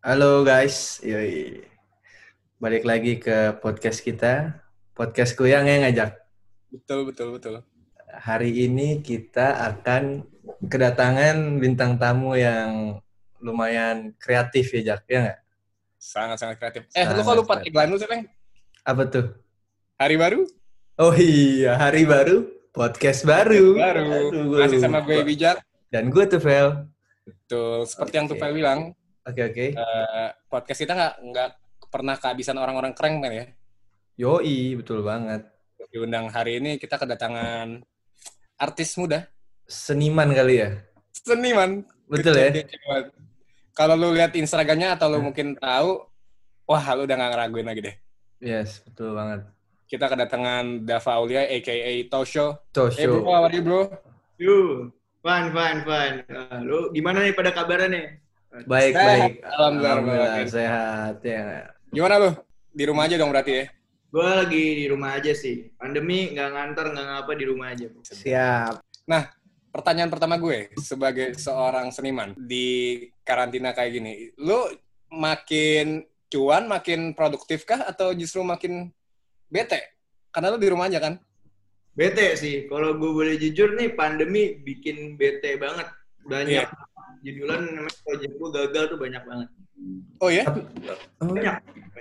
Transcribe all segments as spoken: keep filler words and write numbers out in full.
Halo guys, yoi. Balik lagi ke podcast kita, podcast Kuyang yang ngajak. Betul, betul, betul. Hari ini kita akan kedatangan bintang tamu yang lumayan kreatif ya, Jak, ya nggak? Sangat-sangat kreatif. Eh, lu kok Sangat lupa kreatif. tagline lu sih, Peng? Apa tuh? Hari baru, Oh iya, hari baru, podcast podcast baru. baru. Aduh, gue Masih sama gue lupa. Bijak. Dan gue tuh, Vel. Betul, seperti yang Oke, Tufel bilang, oke, oke. eh, podcast kita nggak nggak pernah kehabisan orang-orang keren, kan ya? Yoi, betul banget. Diundang hari ini kita kedatangan artis muda, Seniman kali ya? seniman, Betul ya? kejadian. Kalau lu lihat Instagramnya atau lu mungkin tahu, wah lu udah nggak ngeraguin lagi deh. Yes, betul banget. Kita kedatangan Dava Aulia, a k a. Tosho. Eh bro, Tosho. how are you bro? Yuh, fun, fun, fun. Uh, lu gimana nih pada kabarnya nih? Baik, Sehat. baik. Alhamdulillah, Alhamdulillah Alhamdulillah. sehat ya. Gimana lu? Di rumah aja dong berarti ya? Gue lagi di rumah aja sih. Pandemi nggak ngantor, nggak ngapa di rumah aja. Siap. Nah, pertanyaan pertama gue sebagai seorang seniman di karantina kayak gini, lu makin cuan, makin produktif kah atau justru makin bete? Karena lu di rumah aja kan? Bete sih. Kalau gue boleh jujur nih, pandemi bikin bete banget. Banyak. Iya. Judulan namanya project gue gagal tuh banyak banget. Oh ya? Oh, Banyak.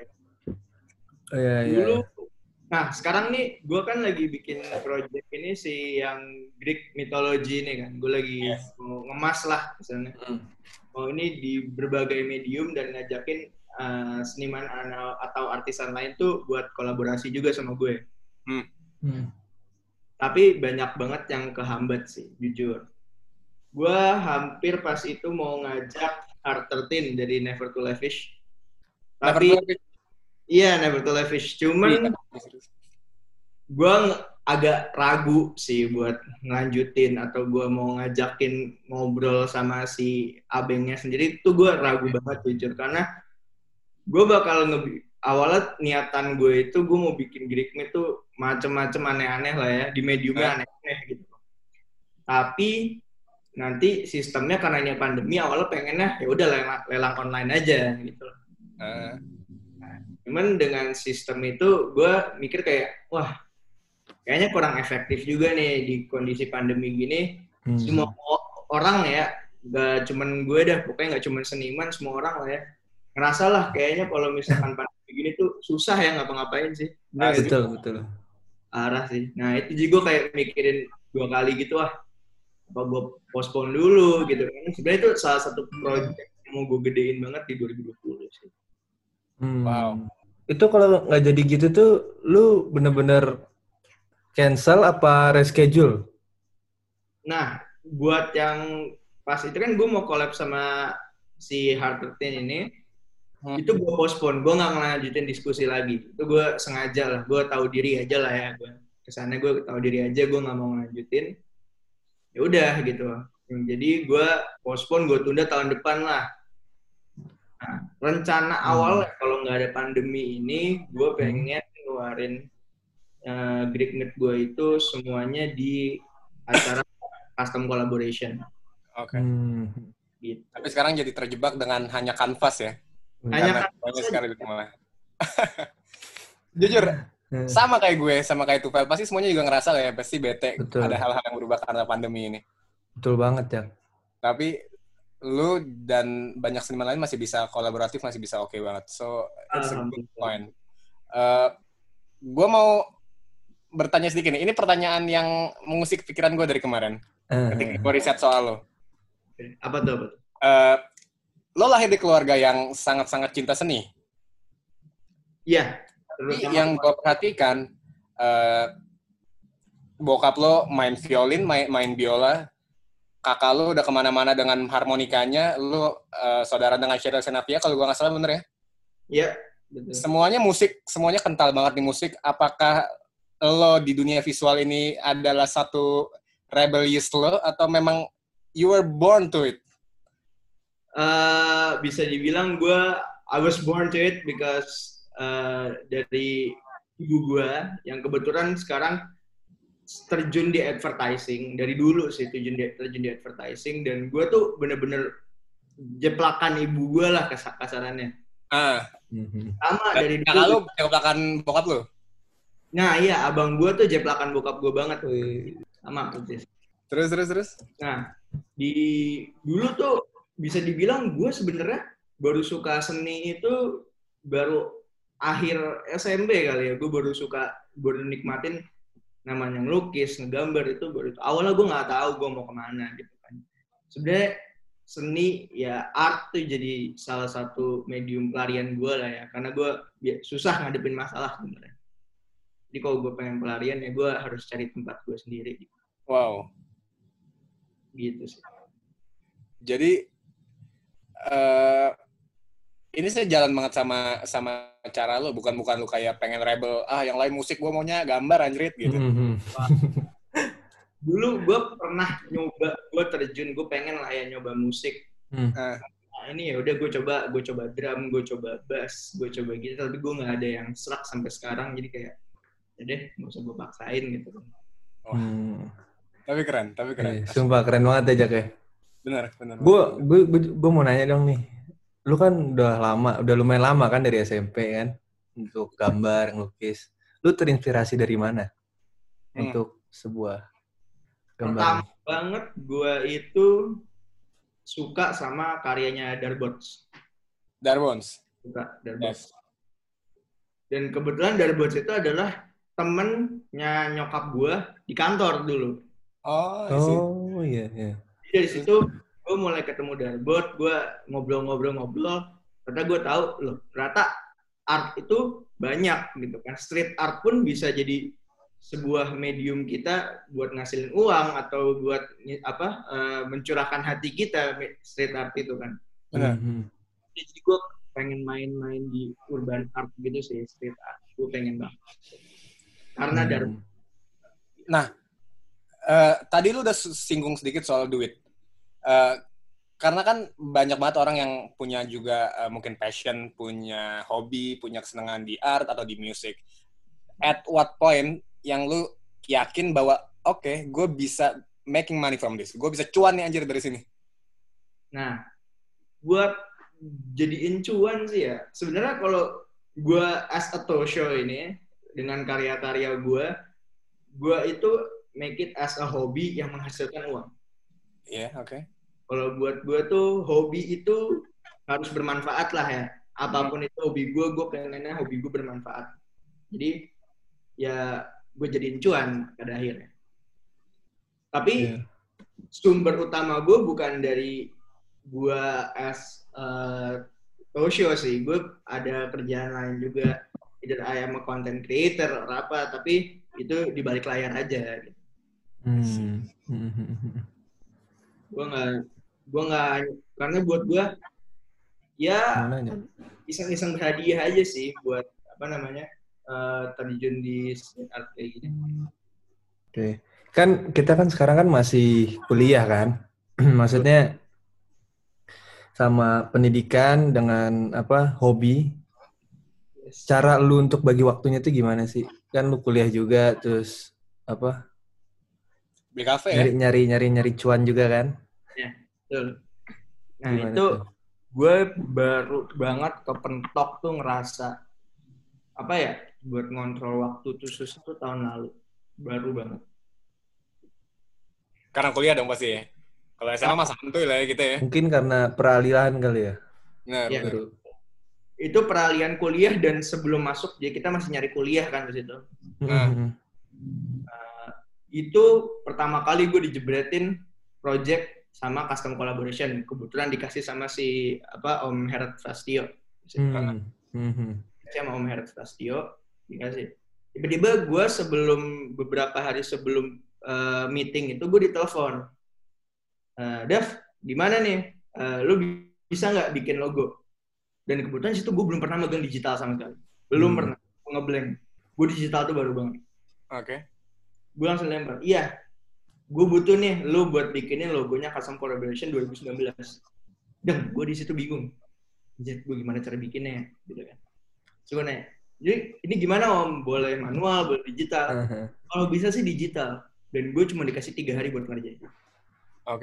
oh iya, iya. Dulu, nah sekarang nih gue kan lagi bikin project ini si yang Greek mythology ini kan. Gue lagi Yes. mau ngemas lah misalnya. Hmm. Oh ini di berbagai medium dan ngajakin uh, seniman atau artisan lain tuh buat kolaborasi juga sama gue. Hmm. Hmm. Tapi banyak banget yang kehambat sih, jujur. Gue hampir pas itu mau ngajak Art thirteen dari Never to Lavish. Tapi, Never to Lavish. iya Never to Lavish. Cuman gue agak ragu sih buat ngelanjutin atau gue mau ngajakin ngobrol sama si abengnya sendiri. Itu gue ragu banget jujur. Karena gue bakal nge awalnya niatan gue itu gue mau bikin Greek Myth tuh macem-macem aneh-aneh lah ya, di mediumnya aneh-aneh gitu. Tapi nanti sistemnya karena ini pandemi awalnya pengennya ya udah lelang, lelang online aja gitu. Uh. Nah, cuman dengan sistem itu gue mikir kayak wah kayaknya kurang efektif juga nih di kondisi pandemi gini. Hmm. Semua orang ya, gak cuman gue dah, pokoknya gak cuman seniman, semua orang lah ya ngerasa lah kayaknya kalau misalkan pandemi gini tuh susah ya ngapa-ngapain sih. Nah, betul, juga. betul. Arah sih. Nah itu juga kayak mikirin dua kali gitu ah. Apa gue postpone dulu gitu. Sebenarnya itu salah satu project yang mau gue gedein banget di dua ribu dua puluh sih. Hmm. Wow. Itu kalau nggak jadi gitu tuh, lu bener-bener cancel apa reschedule? Nah, buat yang pas itu kan gue mau collab sama si Art thirteen ini. Hmm. Itu gue postpone, gue nggak ngelanjutin diskusi lagi. Itu gue sengaja lah, gue tahu diri aja lah ya. Gue kesannya gue tahu diri aja, gue nggak mau ngelanjutin. Ya udah gitu. Jadi gue postpone, gue tunda tahun depan lah. Nah, rencana hmm. awal kalau nggak ada pandemi ini, gue pengen ngeluarin uh, Greek Myth gue itu semuanya di acara custom collaboration. Oke. Okay. Hmm. Gitu. Tapi sekarang jadi terjebak dengan hanya kanvas ya? Hanya banyak sekali di rumah. Jujur, sama kayak gue, sama kayak Tufel. Pasti semuanya juga ngerasa lah ya, pasti bete. Betul. Ada hal-hal yang berubah karena pandemi ini. Betul banget ya. Tapi lu dan banyak seniman lain masih bisa kolaboratif, masih bisa oke okay banget. So, it's a good point. Uh, gue mau bertanya sedikit nih. Ini pertanyaan yang mengusik pikiran gue dari kemarin. Uh-huh. Ketika gue riset soal lo. Apa tuh? Apa tuh? Uh, lo lahir di keluarga yang sangat-sangat cinta seni. Iya. Tapi yang gue perhatikan, uh, bokap lo main violin, main, main biola, kakak lo udah kemana-mana dengan harmonikanya, lo uh, saudara dengan Sheryl Sheinafia, kalau gue nggak salah bener ya? Iya, betul. Semuanya musik, semuanya kental banget di musik. Apakah lo di dunia visual ini adalah satu rebellious lo, atau memang you were born to it? Uh, bisa dibilang gue I was born to it because uh, dari ibu gue yang kebetulan sekarang terjun di advertising dari dulu sih terjun di terjun di advertising dan gue tuh bener-bener jeplakan ibu gue lah kas- kasarannya. Ah. Sama dari dulu. Kakak lu jeplakan bokap lu? Nah iya, abang gue tuh jeplakan bokap gue banget. Sama persis. Terus, terus, terus? Nah, di dulu tuh bisa dibilang gue sebenarnya baru suka seni itu baru akhir S M P kali ya. Gue baru suka, baru nikmatin namanya ngelukis, ngegambar itu baru. Awalnya gue nggak tahu gue mau kemana gitu kan. Sebenarnya seni ya art tuh jadi salah satu medium pelarian gue lah ya. Karena gue susah ngadepin masalah sebenarnya. Jadi kalau gue pengen pelarian ya gue harus cari tempat gue sendiri. Wow. Gitu sih. Jadi uh, ini saya jalan banget sama sama cara lo, bukan bukan lo kayak pengen rebel, ah yang lain musik gue maunya gambar anjrit gitu. Mm-hmm. Dulu gue pernah nyoba, gue terjun, gue pengen lah ya nyoba musik. Mm. Nah, ini ya udah gue coba, gue coba drum, gue coba bass, gue coba gitu, tapi gue nggak ada yang serak sampai sekarang, jadi kayak, ya deh, nggak usah gue paksain gitu. Wah. Hmm. Tapi keren, tapi keren. Eh, sumpah keren banget ya Jack ya. Benar, benar. Gue gue gue mau nanya dong nih. Lu kan udah lama, udah lumayan lama kan dari S M P kan untuk gambar, ngelukis. Lu terinspirasi dari mana hmm. untuk sebuah gambar? Pertama banget gue itu suka sama karyanya Darbots. Darbots. Suka Darbots. Yes. Dan kebetulan Darbots itu adalah temennya nyokap gue di kantor dulu. Oh, oh iya, iya. Dari situ gue mulai ketemu Darbot, gue ngobrol-ngobrol-ngobrol, ternyata gue tahu loh, ternyata art itu banyak gitu kan. Street art pun bisa jadi sebuah medium kita buat ngasilin uang atau buat apa uh, mencurahkan hati kita, street art itu kan. Benar. Mm-hmm. Jadi gue pengen main-main di urban art gitu sih, street art. Gue pengen banget. Karena mm-hmm. Darbot. Nah, Uh, tadi lu udah singgung sedikit soal duit. Uh, karena kan banyak banget orang yang punya juga uh, mungkin passion, punya hobi, punya kesenangan di art atau di music. At what point yang lu yakin bahwa oke, okay, gue bisa making money from this. Gue bisa cuan nih anjir dari sini. Nah, buat jadiin cuan sih ya. Sebenarnya kalau gue as a talk show ini dengan karya-karya gue, gue itu make it as a hobby yang menghasilkan uang. Iya, yeah, oke. Okay. Kalau buat gue tuh hobi itu harus bermanfaat lah ya. Apapun itu hobi gue, gue pengennya hobi gue bermanfaat. Jadi ya gue jadiin cuan pada akhirnya. Tapi yeah. sumber utama gue bukan dari gue as uh, talk show sih. Gue ada kerjaan lain juga. Either I am a content creator atau apa, tapi itu di balik layar aja. Gitu. Hmm. gue nggak, gue nggak, karena buat gue ya iseng-iseng berhadiah aja sih buat apa namanya uh, terjun di street art kayak gini. Oke, okay. Kan kita kan sekarang kan masih kuliah kan, maksudnya sama pendidikan dengan apa hobi. Yes. Cara lu untuk bagi waktunya tuh gimana sih? Kan lu kuliah juga, terus apa? Beli kafe nyari, ya? Nyari nyari nyari cuan juga kan? Ya, betul. Nah gimana itu tuh? Gue baru banget kepentok tuh ngerasa apa ya buat ngontrol waktu tuh susah tuh tahun lalu, baru banget. Karena kuliah dong pasti ya? Kalau S M A mah santuy lah ya kita ya? Mungkin karena peralihan kali ya? Nah, ya, betul. Itu peralihan kuliah dan sebelum masuk jadi kita masih nyari kuliah kan di situ. Nah. Uh, itu pertama kali gue dijebretin project sama custom collaboration. Kebetulan dikasih sama si apa Om Herat Prastio. Mm-hmm. Sama Om Herat Prastio dikasih. Tiba-tiba gue sebelum beberapa hari sebelum uh, meeting itu gue ditelepon. Uh, Dav, gimana nih? Uh, lu bisa nggak bikin logo? Dan kebetulan situ gue belum pernah megang digital sama sekali. Belum hmm. pernah. Gue ngeblank. Gue digital tuh baru banget. Oke. Okay. Gue langsung lempar. Iya. Gue butuh nih lu buat bikinin logonya custom collaboration dua ribu sembilan belas. Dan gue di situ bingung. Jadi gue gimana cara bikinnya? Gitu kan. Coba nanya. Jadi ini gimana Om? Boleh manual, boleh digital. Uh-huh. Kalau bisa sih digital. Dan gue cuma dikasih tiga hari buat ngerjain. Oke. Okay.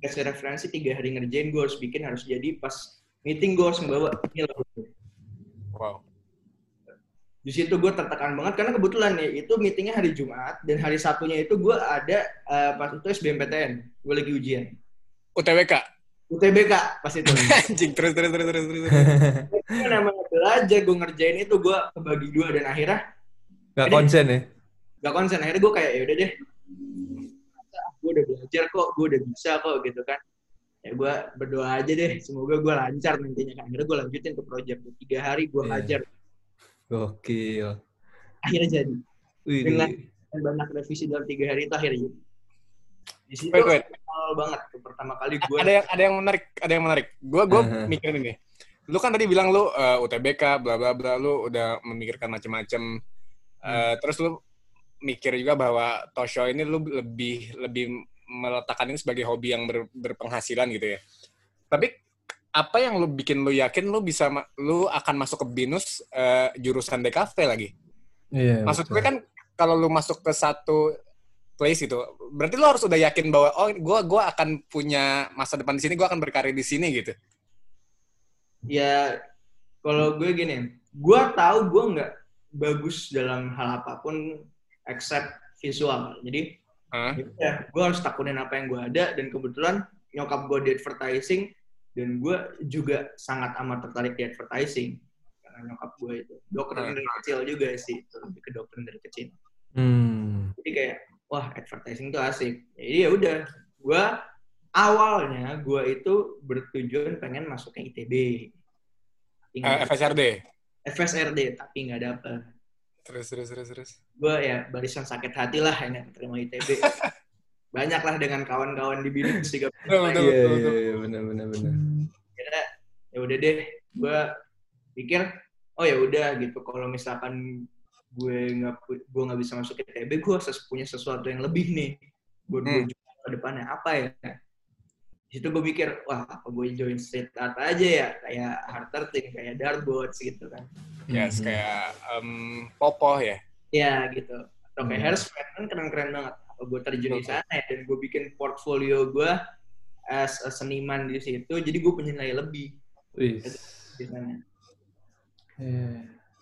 kasih referensi tiga hari ngerjain, gue harus bikin, harus jadi pas meeting gue harus membawa ini loh. Wow. Di situ gue tertekan banget karena kebetulan ya itu meetingnya hari Jumat dan hari Sabtunya itu gue ada uh, pas itu S B M P T N, gue lagi ujian. U T B K. U T B K pas itu. Anjing terus terus terus terus terus. Itu namanya belajar, gue ngerjain itu gue kebagi dua dan akhirnya Gak konsen ya? Gak konsen, akhirnya gue kayak yaudah deh, gue udah belajar kok, gue udah bisa kok gitu kan. Ya gue berdoa aja deh, semoga gue lancar nantinya. Akhirnya gue lanjutin ke project, tiga hari gue Yeah. hajar. Gokil. Akhirnya jadi. Wih, Dengan wih. banyak revisi dalam tiga hari itu akhirnya jadi. Di situ Wait, wait. awal banget tuh pertama kali gue. Ada yang ada yang menarik, ada yang menarik. Gue gue Uh-huh. mikirin ini. Lu kan tadi bilang lu uh, U T B K, bla bla bla, lu udah memikirkan macam-macam. Uh, terus lu mikir juga bahwa talk show ini lu lebih lebih meletakkan ini sebagai hobi yang ber, berpenghasilan gitu ya. Tapi apa yang lu bikin lu yakin lu bisa lu akan masuk ke BINUS uh, jurusan D K V lagi? Iya. Maksud betul. gue kan kalau lu masuk ke satu place itu, berarti lu harus udah yakin bahwa oh gue gue akan punya masa depan di sini, gue akan berkarir di sini gitu. Ya kalau gue gini, gue tahu gue nggak bagus dalam hal apapun except visual. Jadi Huh? ya gue harus takunin apa yang gue ada, dan kebetulan nyokap gue di advertising dan gue juga sangat amat tertarik di advertising karena nyokap gue itu dokter dari kecil juga sih, lebih ke dokter dari kecil. Hmm. Jadi kayak wah advertising tuh asik. Jadi ya udah, gue awalnya gue itu bertujuan pengen masuk ke I T B. Uh, F S R D. F S R D tapi nggak dapet. Terus terus terus terus. Gue ya barisan sakit hati lah yang terima I T B. Banyak lah dengan kawan-kawan di BINUS juga. Betul, Iya, betul, iya, betul. iya, benar, benar, benar. Kira ya udah deh, gue pikir oh ya udah gitu. Kalau misalkan gue nggak gue nggak bisa masuk I T B, gue harus punya sesuatu yang lebih nih buat gue Hmm. ke depannya apa ya. Di situ gue pikir wah apa gue join street art aja ya, kayak hard thirteen, kayak dartboards gitu kan. Yes, Mhm. kayak um, Popo ya. Ya gitu. Atau kayak Hmm. hairspan kan keren-keren banget. Apa gue terjun di sana ya, dan gue bikin portfolio gue as a seniman di situ, jadi gue punya nilai lebih Wih. di sana. Iya.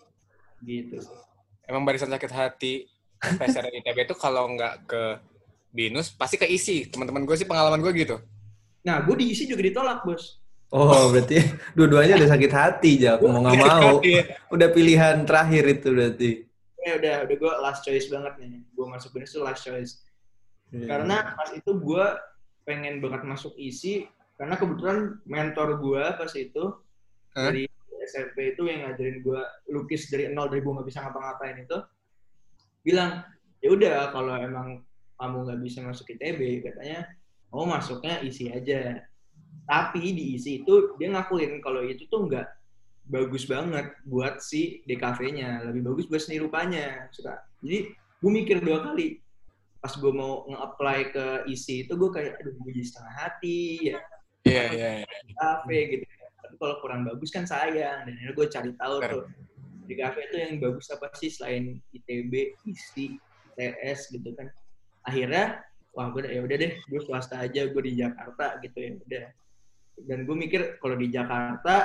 Gitu sih. Emang barisan sakit hati F S R D I T B itu kalau nggak ke BINUS pasti ke I S I. Teman-teman gue sih pengalaman gue gitu. Nah, gue diisi juga ditolak, Bos. Oh, berarti dua-duanya udah sakit hati, Jak. Mau nggak mau. Udah pilihan terakhir itu berarti. Ya udah, udah gue last choice banget nih. Gue masuk BINUS itu last choice. Iya. Karena pas itu gue pengen banget masuk I S I, karena kebetulan mentor gue pas itu, Huh? dari S M P itu yang ngajarin gue lukis dari nol, dari gue nggak bisa ngapa-ngapain itu, bilang, ya udah kalau emang kamu nggak bisa masuk I T B, katanya, oh masuknya I S I aja. Tapi di I S I itu dia ngakuin kalau itu tuh nggak bagus banget buat si D K V-nya, lebih bagus buat seni rupanya. Suka. Jadi gue mikir dua kali. Pas gue mau nge-apply ke I S I itu gue kayak, aduh gue jadi setengah hati ya. Iya, iya, iya. D K V gitu. Tapi kalau kurang bagus kan sayang. Dan akhirnya gue cari tahu tuh D K V itu yang bagus apa sih selain I T B, I S I, T S gitu kan. Akhirnya wah gue ya udah deh, gue swasta aja, gue di Jakarta gitu ya udah. Dan gue mikir kalau di Jakarta,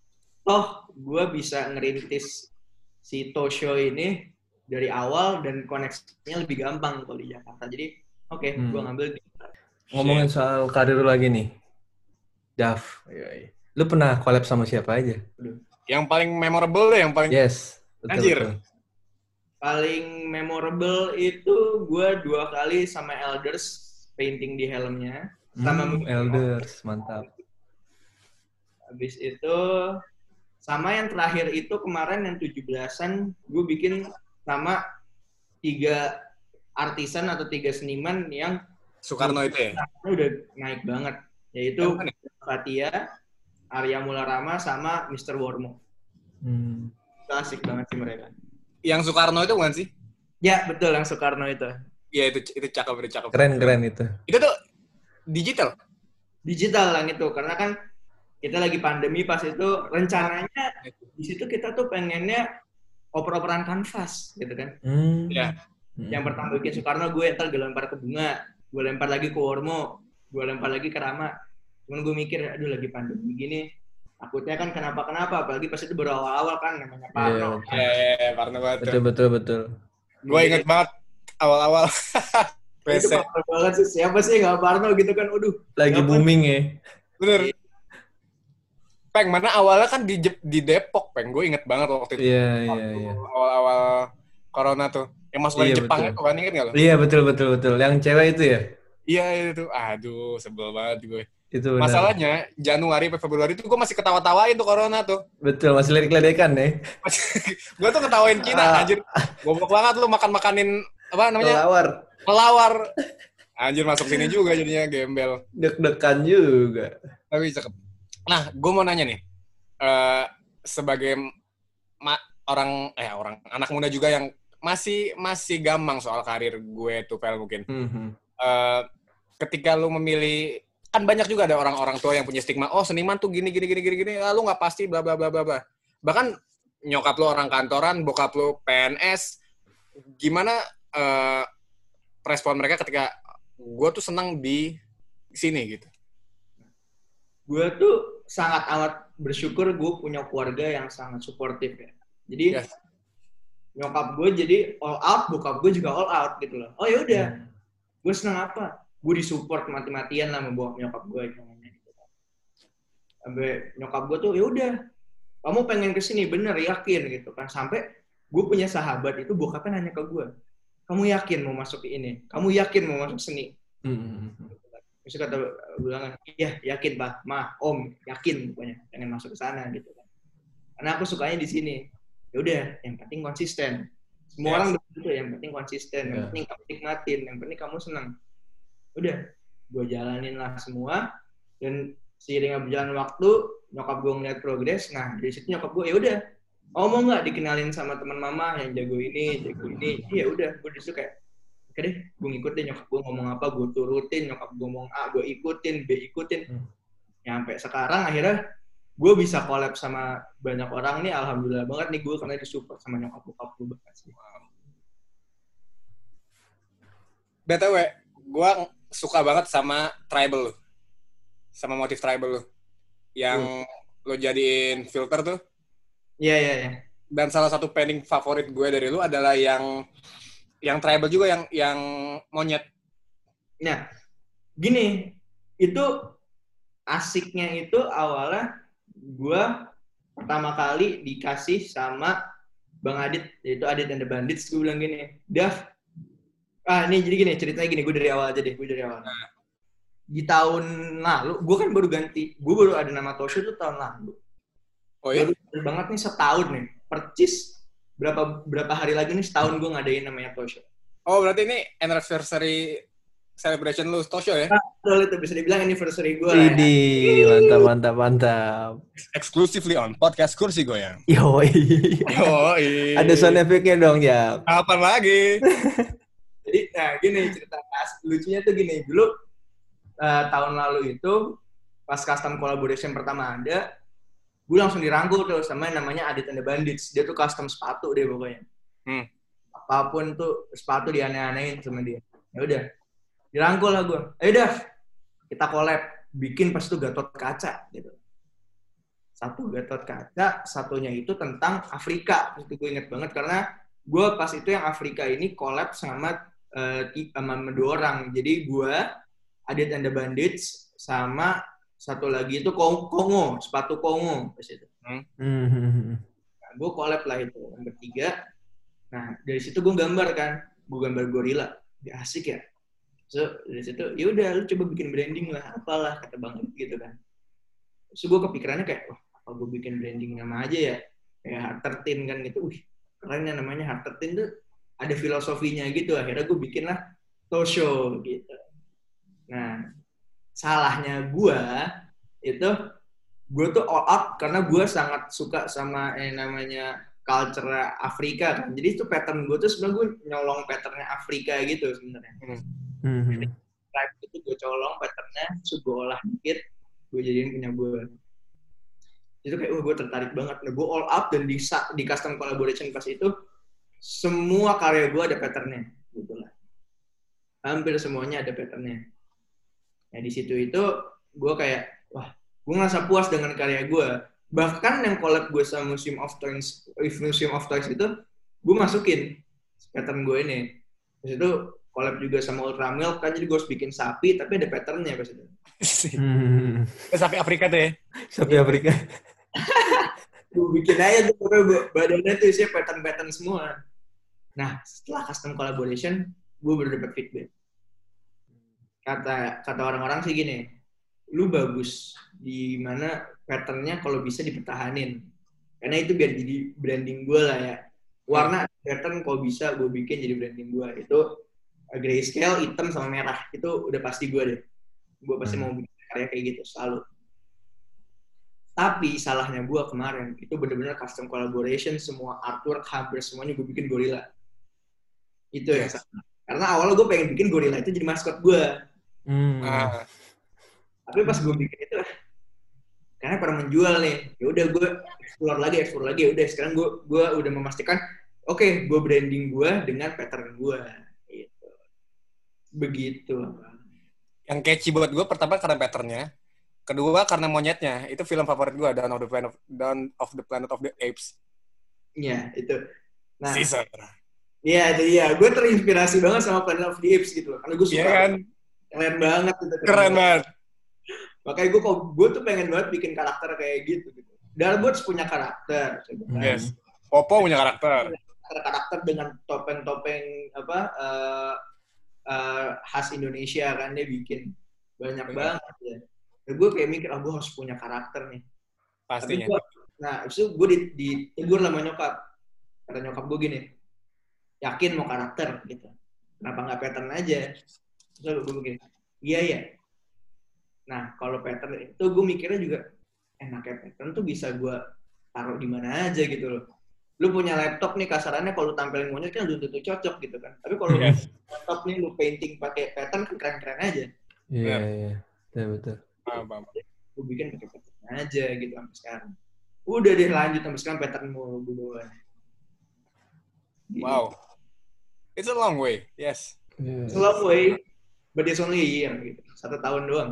toh gue bisa ngerintis si Tosho ini dari awal dan koneksinya lebih gampang kalau di Jakarta. Jadi oke, okay, Hmm. gue ngambil di Ngomongin soal karir lu lagi nih, Dav. Lu pernah collab sama siapa aja? Yang paling memorable deh, yang paling Yes. Betul, Anjir. betul. paling memorable itu gue dua kali sama Elders painting di helmnya. Sama Hmm, Elders, mantap. Habis itu sama yang terakhir itu kemarin yang tujuh belasan gue bikin sama tiga artisan atau tiga seniman yang Soekarno itu ya. udah naik banget, yaitu Yang mana? Fatia, Arya Mularama sama mister Wormo. Hmm. Klasik banget sih mereka. Yang Soekarno itu bukan sih? Ya betul, yang Soekarno itu. Iya, itu itu cakep, itu cakep. Keren-keren itu. Itu tuh digital. Digital lah gitu, karena kan kita lagi pandemi pas itu, rencananya di situ kita tuh pengennya oper-operan kanvas gitu kan. Hmm. Iya. Hmm. Yang pertama bikin Soekarno, gue ntar gue lempar ke Bunga, gue lempar lagi ke Wormo, gue lempar lagi ke Rama. Cuman gue mikir, aduh lagi pandemi gini, takutnya kan kenapa-kenapa, apalagi pas itu baru awal-awal kan namanya Parno. Iya, yeah, iya, yeah, Parno banget. Betul, betul, betul. Gue inget banget awal-awal. Itu Parno banget sih, siapa sih nggak Parno gitu kan, aduh. Lagi booming ya. Bener. Peng, mana awalnya kan di, di Depok, Peng. Gue inget banget waktu itu. Iya, iya, iya. Awal-awal Corona tuh. Yang masuk dari iya, Jepang betul. itu kan, inget nggak lo? Iya, betul, betul, betul. Yang cewek itu ya? Iya, itu. Aduh, sebel banget gue. Itu benar. Masalahnya, Januari sampai Februari itu gue masih ketawa-tawain tuh Corona tuh. Betul, masih lirik-lirikan ya. Gue tuh ketawain Cina, anjir. Goblok banget lu makan-makanin, apa namanya? Melawar. Melawar. Anjir, masuk sini juga jadinya gembel. Deg-degan juga. Tapi cakep. Nah, gue mau nanya nih. Uh, sebagai ma- orang eh orang anak muda juga yang masih masih gampang soal karir gue tuh Pel mungkin. Mm-hmm. Uh, ketika lu memilih, kan banyak juga ada orang-orang tua yang punya stigma, oh seniman tuh gini gini gini gini gini, ah, lu nggak pasti bla bla bla bla bla. Bahkan nyokap lu orang kantoran, bokap lu P N S. Gimana uh, respon mereka ketika gue tuh senang di sini gitu? Gue tuh sangat amat bersyukur gue punya keluarga yang sangat suportif ya. Jadi yes. Nyokap gue jadi all out, bokap gue juga all out gitu loh. Oh ya udah, hmm. gue seneng apa? Gue disupport mati-matian lah sama bokap nyokap gue namanya. Gitu. Sampai nyokap gue tuh ya udah, kamu pengen kesini bener yakin gitu kan. Sampai gue punya sahabat itu bokapnya nanya ke gue, kamu yakin mau masuk ke ini? Kamu yakin mau masuk seni? Hmm. Terus kata bilang, iya yakin Pak, Ma, Om, yakin pokoknya pengen masuk ke sana gitu kan. Karena aku sukanya di sini. Ya udah, yang penting konsisten. Semua yes. orang begitu, yang penting konsisten, yeah. yang penting kamu nikmatin, yang penting kamu senang. Udah, gue jalanin lah semua. Dan seiring berjalan waktu, nyokap gue ngeliat progres. Nah dari situ nyokap gue, ya udah, oh mau nggak dikenalin sama teman mama yang jago ini, jago ini. Iya udah, gue disitu kayak oke deh, gue ngikutin nyokap gue ngomong apa, gue turutin, nyokap gue ngomong A, gue ikutin, B ikutin. Hmm. Nyampe sekarang akhirnya gue bisa collab sama banyak orang nih, alhamdulillah banget nih gue karena disupport sama nyokap-nyokap gue banget sih. B T W, gue suka banget sama tribal lu. Sama motif tribal lu. Yang hmm. lo jadiin filter tuh. Iya, yeah, iya, yeah, iya. Yeah. Dan salah satu painting favorit gue dari lu adalah yang yang tribal juga, yang yang monyet. Nah, gini, itu asiknya itu awalnya gue pertama kali dikasih sama Bang Adit, yaitu Adit and the Bandits. Gue bilang gini, Dav, ah ini jadi gini, ceritanya gini, gue dari awal aja deh, gue dari awal. Nah. Di tahun lalu, gue kan baru ganti, gue baru ada nama Tosho tuh tahun lalu. Oh iya? Baru banget nih setahun nih, percis berapa berapa hari lagi nih setahun gue ngadain namanya Tosho. Oh berarti ini anniversary celebration lu Tosho ya? Nah, betul, itu bisa dibilang anniversary gue. Idi, ya. Mantap, mantap, mantap. Exclusively on podcast Kursi Goyang. Yoi. Yoi. Ada sound effect-nya dong, ya. Kapan lagi? Jadi, nah gini cerita pas lucunya tuh gini, dulu uh, tahun lalu itu pas custom collaboration pertama ada, gue langsung dirangkul tuh sama yang namanya Adit and the Bandits. Dia tuh custom sepatu deh pokoknya. Hmm. Apapun tuh sepatu dia aneh-anehin sama dia. Ya udah, dirangkul lah gue. Ayo dah, kita collab, bikin pas itu Gatot Kaca gitu. Satu Gatot Kaca, satunya itu tentang Afrika. Itu gue inget banget karena gue pas itu yang Afrika ini collab sama uh, sama dua orang. Jadi gue, Adit and the Bandits, sama satu lagi itu Kongo, sepatu Kongo pas itu. Hmm. Nah, gue collab lah itu yang bertiga. Nah dari situ gue gambar kan, gue gambar gorila, ya asik ya. So dari situ, ya udah lu coba bikin branding lah, apalah kata Bang gitu kan. Terus gue kepikirannya kayak, wah apa gue bikin branding nama aja ya, kayak Heart thirteen kan gitu. Wih keren ya namanya Heart thirteen tuh ada filosofinya gitu. Akhirnya gue bikin lah Tosho gitu. Nah salahnya gue itu, gue tuh all out karena gue sangat suka sama yang namanya culture Afrika kan. Jadi itu pattern gue tuh sebenarnya gue nyolong patternnya Afrika gitu sebenarnya. Mm-hmm. Tribe itu gue colong patternnya, terus gue olah dikit, gue jadiin punya gue. Itu kayak, oh gue tertarik banget. Nah, gue all out dan di, di custom collaboration pas itu, semua karya gue ada patternnya. Gitu lah. Hampir semuanya ada patternnya. Nah di situ itu gue kayak wah gue ngerasa puas dengan karya gue. Bahkan yang collab gue sama Museum of Toys, Museum of Toys itu gue masukin pattern gue ini. Terus itu collab juga sama Ultra Milk kan, jadi gue harus bikin sapi tapi ada patternnya pas itu. Hmm. Sapi Afrika tuh ya? Sapi Afrika. Gue bikin aja tuh, badannya tuh isinya pattern-pattern semua. Nah setelah custom collaboration, gue baru dapat feedback. Kata kata orang-orang sih gini, lu bagus di mana patternnya kalau bisa dipertahanin, karena itu biar jadi branding gue lah ya. Warna pattern kalau bisa gue bikin jadi branding gue. Itu grayscale, hitam sama merah, itu udah pasti gue deh. Gue pasti hmm. mau bikin karya kayak gitu selalu. Tapi salahnya gue kemarin itu benar-benar custom collaboration, semua artwork hampir semuanya gue bikin gorila. Itu yes. ya. Karena awalnya gue pengen bikin gorila itu jadi maskot gue. Hmm. Uh, tapi pas gue bikin itu, karena pada menjual nih, ya udah gue explore lagi, explore lagi, ya udah sekarang gue gue udah memastikan, oke, okay, gue branding gue dengan pattern gue, gitu. Begitu. Yang catchy buat gue pertama karena patternnya, kedua karena monyetnya, itu film favorit gue, Dawn of the Planet of, Dawn of the Planet of the Apes. Iya itu. Nah, Caesar. Iya itu iya, gue terinspirasi banget sama Planet of the Apes gitu, karena gue suka. Iya kan? Keren banget. Gitu, keren, keren banget. Makanya gue gue tuh pengen banget bikin karakter kayak gitu. gitu. Dalbots punya karakter. Yes. Popo punya karakter. Karakter dengan topeng-topeng apa uh, uh, khas Indonesia kan dia bikin banyak Bener. banget ya. Dan gue kayak mikir, ah oh, gue harus punya karakter nih. Pastinya. Gua, nah itu gue ditegur sama nyokap. Kata nyokap gue gini, yakin mau karakter gitu. Kenapa nggak pattern aja? Terus gue begini, iya ya. Nah, kalau pattern itu gue mikirnya juga enaknya pattern tuh bisa gue taruh di mana aja gitu loh. Lu punya laptop nih kasarannya kalau tampilin monyet kan belum tentu cocok gitu kan. Tapi kalau yes. laptop nih lu painting pakai pattern kan keren-keren aja. Iya, yeah, iya. Yeah. Betul, betul. Gue bikin pakai pattern aja gitu sampai sekarang. Udah deh lanjut sampai sekarang pattern mulu gue. Wow. It's a long way. Yes. Yeah. It's a long way. But it's only a year gitu. Satu tahun doang.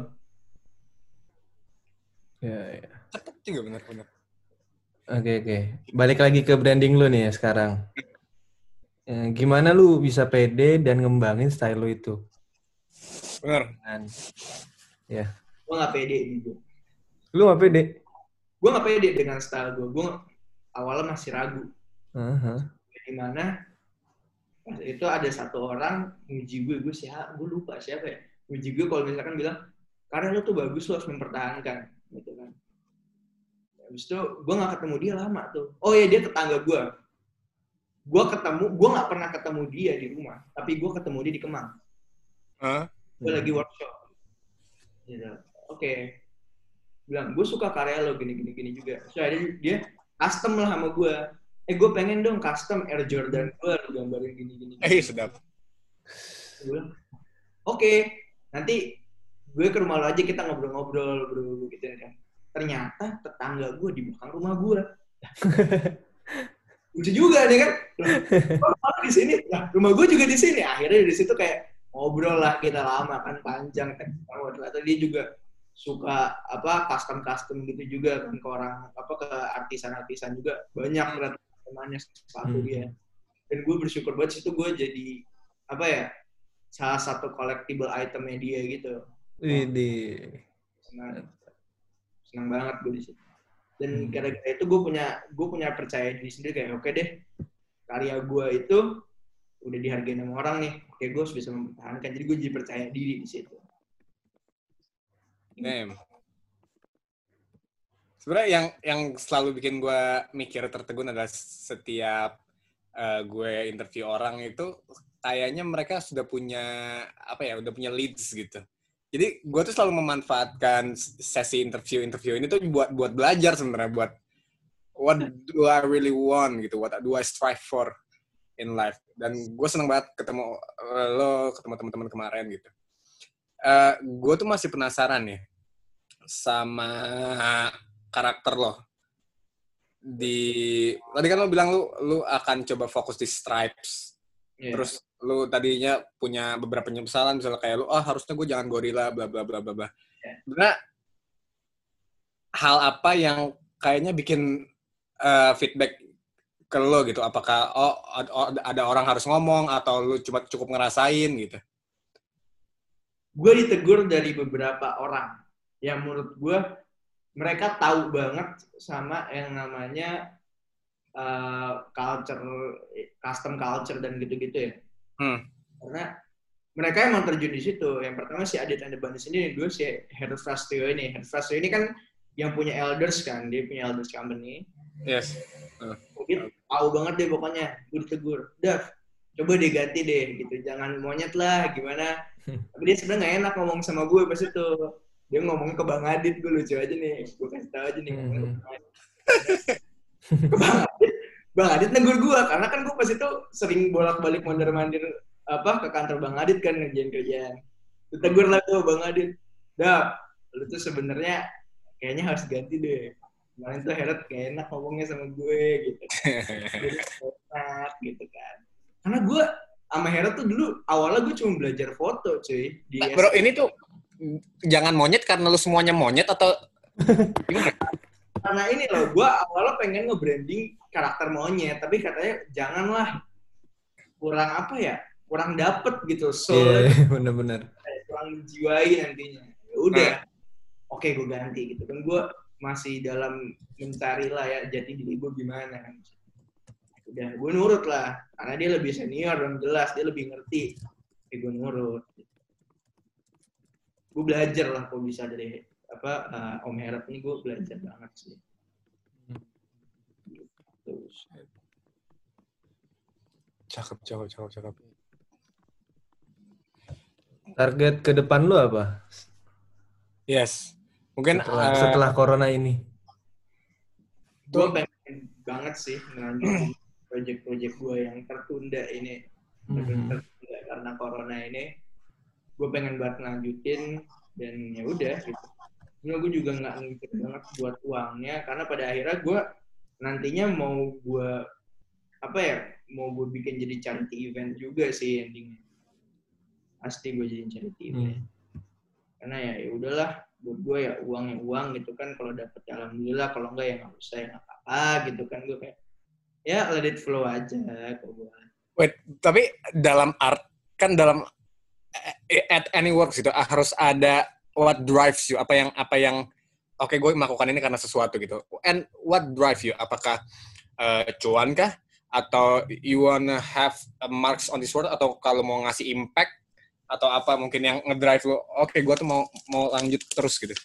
Ya, ya. Cepet juga benar-benar. Oke, oke. Balik lagi ke branding lu nih ya sekarang. Ya, gimana lu bisa pede dan ngembangin style lu itu? Benar. Dan, ya. Gue gak pede juga. Lu gak pede? Gue gak pede dengan style gue. Gue awalnya masih ragu. Uh-huh. Dimana pas itu ada satu orang muji gue, gue siapa? Gue lupa siapa ya. Muji gue kalau misalkan bilang, karena lu tuh bagus, lu harus mempertahankan. Gitu kan. Habis itu gue gak ketemu dia lama tuh. Oh iya, dia tetangga gue. Gue ketemu, gue gak pernah ketemu dia di rumah. Tapi gue ketemu dia di Kemang. Huh? Gue lagi workshop. Gitu. Oke. Okay. Bilang, gue suka karya lo gini-gini juga. So ada dia custom lah sama gue. Eh gue pengen dong custom Air Jordan gue gambarin gini-gini. Eh sedap. Gue bilang, oke. Okay. Nanti gue ke rumah lo aja, kita ngobrol-ngobrol bro gitu kan. Ternyata tetangga gue di belakang rumah gue. Lucu juga nih kan. Kalau di sini, nah, rumah gue juga di sini. Akhirnya di situ kayak ngobrol lah kita lama kan panjang kan. Ternyata dia juga suka apa custom-custom gitu juga kan ke orang apa ke artisan-artisan juga banyak ternyata temannya sepatu hmm. dia. Dan gue bersyukur banget situ gue jadi apa ya salah satu collectible itemnya dia gitu. Ini senang, senang banget gue di situ. Dan gara-gara itu gue punya gue punya percaya diri sendiri kayak oke okay deh karya gue itu udah dihargain sama orang nih, oke okay, gue harus bisa mempertahankan. Jadi gue jadi percaya diri di situ. Damn. Sebenarnya yang yang selalu bikin gue mikir tertegun adalah setiap uh, gue interview orang itu kayaknya mereka sudah punya apa ya, udah punya leads gitu. Jadi gue tuh selalu memanfaatkan sesi interview-interview ini tuh buat buat belajar sebenarnya, buat what do I really want gitu, what do I strive for in life. Dan gue seneng banget ketemu lo, ketemu teman-teman kemarin gitu. Uh, gue tuh masih penasaran ya sama karakter lo. Di tadi kan lo bilang lo lo akan coba fokus di stripes Yeah. Terus lu tadinya punya beberapa penyesalan, misalnya kayak lu, ah oh, harusnya gue jangan gorila, bla bla bla bla bla. Yeah. Sebenarnya hal apa yang kayaknya bikin uh, feedback ke lo gitu? Apakah oh ada orang harus ngomong atau lu cuma cukup ngerasain gitu? Gue ditegur dari beberapa orang yang menurut gue mereka tahu banget sama yang namanya uh, culture, custom culture dan gitu-gitu ya. Hmm. Karena mereka emang terjun di situ. Yang pertama si Adit and the Bandits ini, yang kedua si Head Frustio ini. Head Frustio ini kan yang punya Elders kan, dia punya Elders Company. Yes. Uh. Dia tahu banget deh pokoknya, gue ditegur. Dav, coba diganti deh gitu, jangan monyet lah, gimana. Tapi dia sebenarnya nggak enak ngomong sama gue pas itu. Dia ngomong ke Bang Adit, gue lucu aja nih, gue kasih tau aja nih. Mm-hmm. Ke Bang Adit, Bang Adit negur gue, karena kan gue pas itu sering bolak-balik mondar-mandir apa ke kantor Bang Adit kan ngerjain kerjaan. Ditegur lah tuh Bang Adit, Dav, lu tuh sebenarnya kayaknya harus ganti deh. Kemarin tuh Heret gak enak ngomongnya sama gue gitu. Jadi enak gitu kan. Karena gue sama Heret tuh dulu awalnya gue cuma belajar foto cuy. Di nah, bro ini tuh jangan monyet karena lu semuanya monyet atau gimana? Karena ini loh, gue awalnya pengen nge-branding karakter monyet. Tapi katanya janganlah. Kurang apa ya? Kurang dapet gitu. Iya, yeah, bener-bener. Kurang dijiwai nantinya. Ya udah. Hmm. Oke gue ganti gitu. Kan gue masih dalam mencari lah ya jati diri gue gimana kan. Udah gue nurut lah karena dia lebih senior dan jelas dia lebih ngerti. Tapi gue nurut. Gue belajar lah kok bisa dari apa uh, Om Heret ini gue belajar banget sih. Terus. Cakep, cakep, cakep, cakep. Target ke depan lu apa? Yes. Mungkin setelah, uh, setelah corona ini. Gue pengen banget sih melanjutkan proyek-proyek gue yang tertunda ini. Mm-hmm. Tertunda karena corona ini. Gue pengen banget lanjutin dan ya udah gitu. Cuma gue juga nggak ngikut banget buat uangnya karena pada akhirnya gue nantinya mau gue apa ya mau gue bikin jadi charity event juga sih endingnya. Pasti gue jadi charity event. Mm. Karena ya ya udahlah. Buat gue ya uang yang uang gitu kan kalau dapet ya alhamdulillah kalau enggak ya nggak usah ya nggak apa-apa gitu kan gue kayak ya let it flow aja kalau gue. Wait tapi dalam art kan dalam at any work gitu harus ada what drives you apa yang apa yang oke okay, gue melakukan ini karena sesuatu gitu and what drive you apakah uh, cuan kah atau you wanna have marks on this world atau kalau mau ngasih impact atau apa mungkin yang ngedrive lo, oke okay, gue tuh mau mau lanjut terus gitu.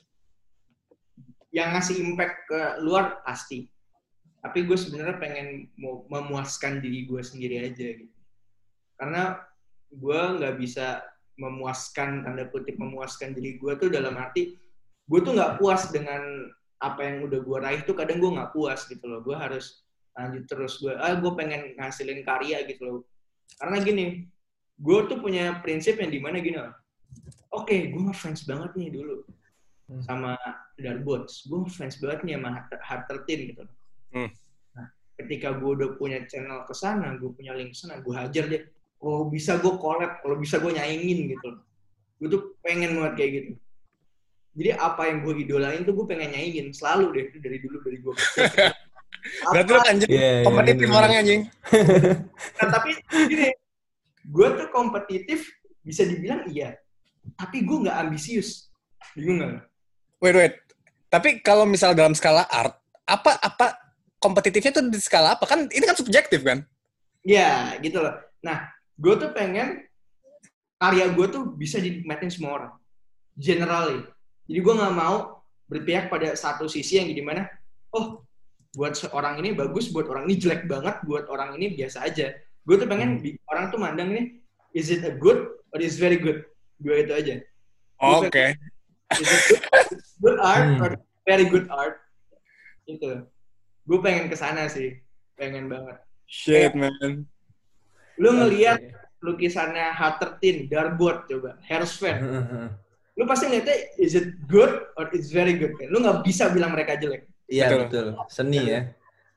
Yang ngasih impact ke luar pasti, tapi gue sebenarnya pengen mau memuaskan diri gue sendiri aja gitu. Karena gue nggak bisa memuaskan tanda kutip memuaskan diri gue tuh dalam arti gue tuh nggak puas dengan apa yang udah gue raih tuh kadang gue nggak puas gitu loh. Gue harus lanjut terus gue, ah gue pengen ngasilin karya gitu loh. Karena gini. Gue tuh punya prinsip yang dimana gini loh. Oke, okay, gue ngefans banget nih dulu sama Darbots. Gue ngefans banget nih sama Hard thirteen gitu. Hmm. Nah, ketika gue udah punya channel ke sana, gue punya link ke sana, gue hajar deh. Kalau bisa gue collab, kalau bisa gue nyaingin gitu. Gue tuh pengen banget kayak gitu. Jadi apa yang gue idolain tuh gue pengen nyaingin. Selalu deh, dari dulu, dari gue kecil. Berarti lu anjing, yeah, kompetitif yeah, orangnya anjing. Nah, tapi gini, gue tuh kompetitif bisa dibilang iya, tapi gue nggak ambisius, bingung nggak? Wait wait, tapi kalau misal dalam skala art, apa apa kompetitifnya tuh di skala apa? Kan ini kan subjektif kan? Iya, gitu loh. Nah, gue tuh pengen karya gue tuh bisa dinikmatin semua orang, generally. Jadi gue nggak mau berpihak pada satu sisi yang gimana? Oh, buat seorang ini bagus, buat orang ini jelek banget, buat orang ini biasa aja. Gue tuh pengen hmm. orang tuh mandang ini, is it a good or is very good? Gue itu aja. Oke. Okay. Is it good, good art hmm. or very good art? Itu. Gue pengen kesana sih. Pengen banget. Shit, ya. Man. Lu ngelihat lukisannya Hard thirteen, Darbot, coba. Hairspan. Lu pasti ngeliatnya, is it good or it's very good? Lu nggak bisa bilang mereka jelek. Iya, betul. betul. Seni ya.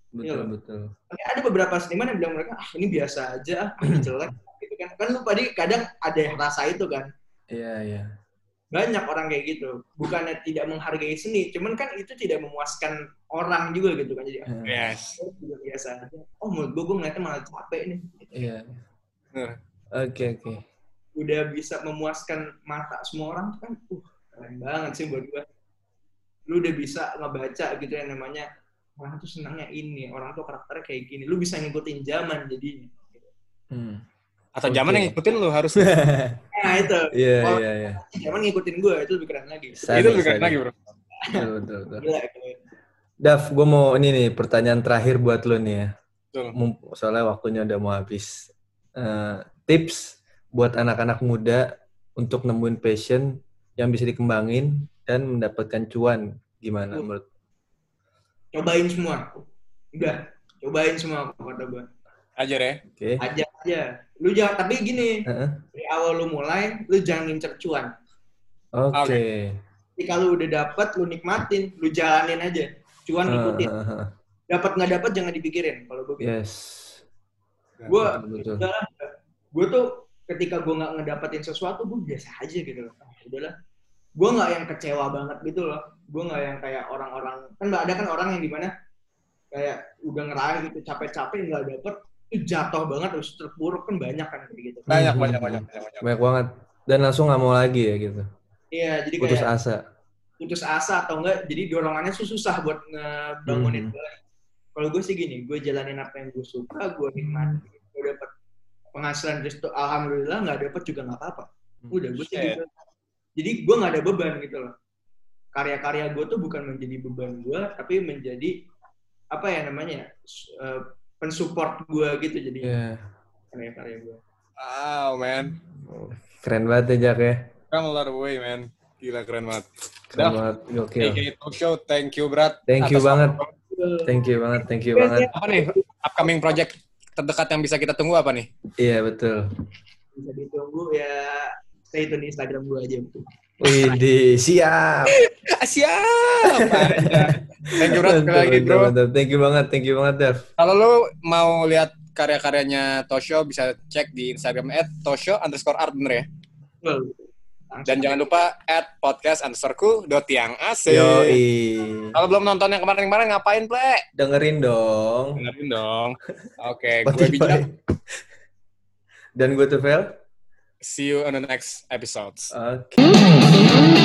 Betul, ya, betul. Tapi ada beberapa seniman yang bilang mereka, ah ini biasa aja, ah ini jelek. Gitu kan. Kan lu tadi kadang ada rasa itu kan. Iya, iya. Banyak orang kayak gitu. Bukannya tidak menghargai seni, cuman kan itu tidak memuaskan orang juga gitu kan. Jadi, yes. Oh, juga biasa aja. Oh, menurut gue, gue ngeliatnya malah capek nih. Iya. Oke, uh. oke. Okay, okay. Udah bisa memuaskan mata semua orang kan, uh, keren banget sih buat gue. Lu udah bisa ngebaca gitu yang namanya, orang tuh senangnya ini, orang tuh karakternya kayak gini. Lu bisa ngikutin zaman jadinya. Hmm. Atau zaman okay. yang ngikutin lu harus. Nah itu. Iya, iya, iya. Zaman ngikutin gue, itu lebih keren lagi. Sadi, itu lebih keren lagi, bro. Betul, betul, betul. Gila, Dav, gue mau ini nih, pertanyaan terakhir buat lu nih ya. Betul. Soalnya waktunya udah mau habis. Uh, tips buat anak-anak muda untuk nemuin passion yang bisa dikembangin dan mendapatkan cuan. Gimana uh. menurut? Cobain semua. Udah, cobain semua kata gue. Ajar ya? Oke. Okay. Ajar aja. Lu jangan, tapi gini, uh-huh. dari awal lu mulai, lu jangan ngincer cuan. Oke. Okay. Okay. Jadi kalau udah dapat, lu nikmatin, lu jalanin aja. Cuan ikutin. Uh-huh. Dapat nggak dapat jangan dipikirin. Kalau gue. Yes. Gue, gue tuh ketika gue nggak ngedapetin sesuatu, gue biasa aja gitu loh. Ah, udahlah. Gue nggak yang kecewa banget gitu loh. Gue nggak yang kayak orang-orang, kan nggak ada kan orang yang dimana kayak udah ngeraih gitu capek-capek nggak dapet. Itu jatuh banget, terus terpuruk kan banyak kan kayak gitu. Banyak, hmm. banyak, banyak, banyak, banyak. Banyak banget. Dan langsung nggak mau lagi ya gitu. Iya, jadi putus kayak asa. Putus asa atau enggak, jadi dorongannya susah buat ngebangunin hmm. gue. Kalau gue sih gini, gue jalanin apa yang gue suka, gue nikmatin. Gue dapet penghasilan restu, alhamdulillah nggak dapet juga nggak apa-apa. Udah, gue sih gitu. Jadi gue nggak ada beban gitu loh. Karya-karya gue tuh bukan menjadi beban gue, tapi menjadi apa ya namanya? Uh, pensupport gue gitu jadi yeah. karya-karya gue. Wow, man. Keren banget ya, Jack ya. Come a lot of way, man. Gila, keren banget. Keren banget, gokil. Hey, talk show, thank you, Brad. Thank you banget. Thank you banget, thank you banget. Apa nih, upcoming project terdekat yang bisa kita tunggu apa nih? Iya, betul. Bisa ditunggu ya, stay tune di Instagram gue aja. Widih, siap. Siap. Thank you, Brad, sekali lagi, bro. Thank you banget, thank you banget, Dev. Kalau lu mau lihat karya-karyanya Tosho, bisa cek di Instagram at tosho underscore art, bener ya? Betul. Dan jangan lupa at podcast underscore ku dot yang asik. Yoi. Kalau belum nonton yang kemarin-kemarin, ngapain, Ple? Dengerin dong. Dengerin dong. Oke, okay, gue bijak. Dan gue Tufel. See you on the next episodes. Oke. Okay.